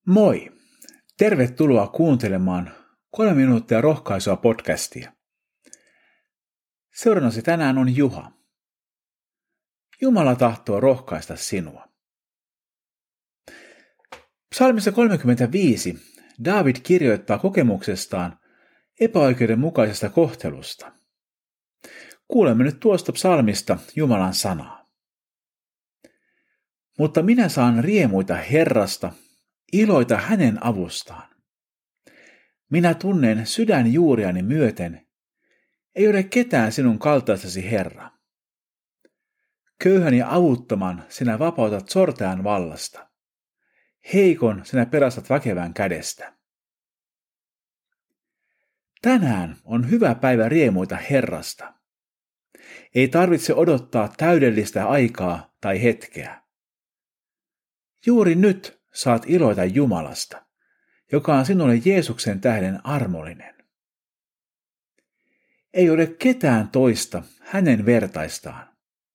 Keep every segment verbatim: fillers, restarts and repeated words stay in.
Moi! Tervetuloa kuuntelemaan kolme minuuttia rohkaisua podcastia. Seurannasi tänään on Juha. Jumala tahtoo rohkaista sinua. Psalmissa kolmekymmentäviisi Daavid kirjoittaa kokemuksestaan epäoikeudenmukaisesta kohtelusta. Kuulemme nyt tuosta psalmista Jumalan sanaa. Mutta minä saan riemuita Herrasta, iloita hänen avustaan. Minä tunnen sydänjuuriani myöten, ei ole ketään sinun kaltaisesi Herra. Köyhän ja avuttoman sinä vapautat sortajan vallasta. Heikon sinä pelastat väkevän kädestä. Tänään on hyvä päivä riemuita Herrasta. Ei tarvitse odottaa täydellistä aikaa tai hetkeä. Juuri nyt saat iloita Jumalasta, joka on sinulle Jeesuksen tähden armollinen. Ei ole ketään toista hänen vertaistaan.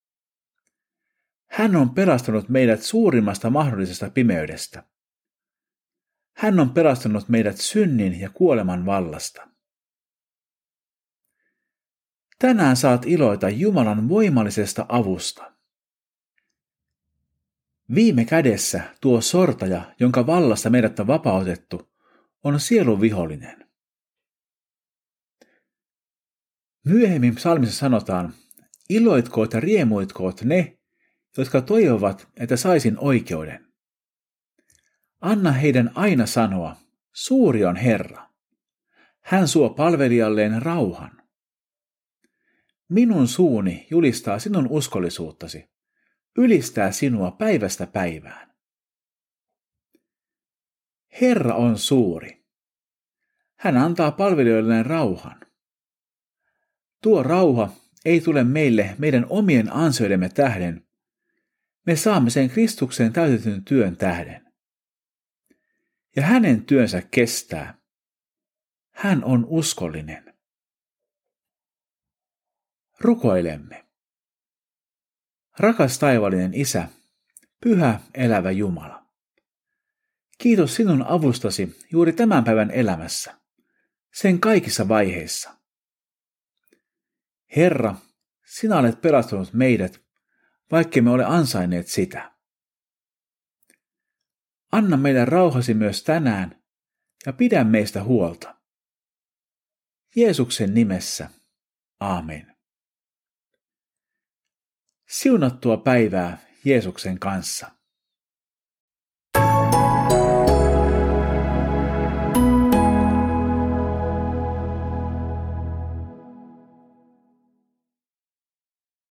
Hän on pelastanut meidät suurimmasta mahdollisesta pimeydestä. Hän on pelastanut meidät synnin ja kuoleman vallasta. Tänään saat iloita Jumalan voimallisesta avusta. Viime kädessä tuo sortaja, jonka vallasta meidät on vapautettu, on sielun vihollinen. Myöhemmin psalmissa sanotaan, iloitkoot ja riemuitkoot ne, jotka toivovat, että saisin oikeuden. Anna heidän aina sanoa, suuri on Herra. Hän suo palvelijalleen rauhan. Minun suuni julistaa sinun uskollisuuttasi. Ylistää sinua päivästä päivään. Herra on suuri. Hän antaa palvelijoilleen rauhan. Tuo rauha ei tule meille meidän omien ansioidemme tähden. Me saamme sen Kristuksen täytetyn työn tähden. Ja hänen työnsä kestää. Hän on uskollinen. Rukoilemme. Rakas taivaallinen Isä, pyhä elävä Jumala. Kiitos sinun avustasi juuri tämän päivän elämässä, sen kaikissa vaiheissa. Herra, sinä olet pelastanut meidät, vaikkemme ole ansainneet sitä. Anna meille rauhasi myös tänään ja pidä meistä huolta. Jeesuksen nimessä. Aamen. Siunattua päivää Jeesuksen kanssa.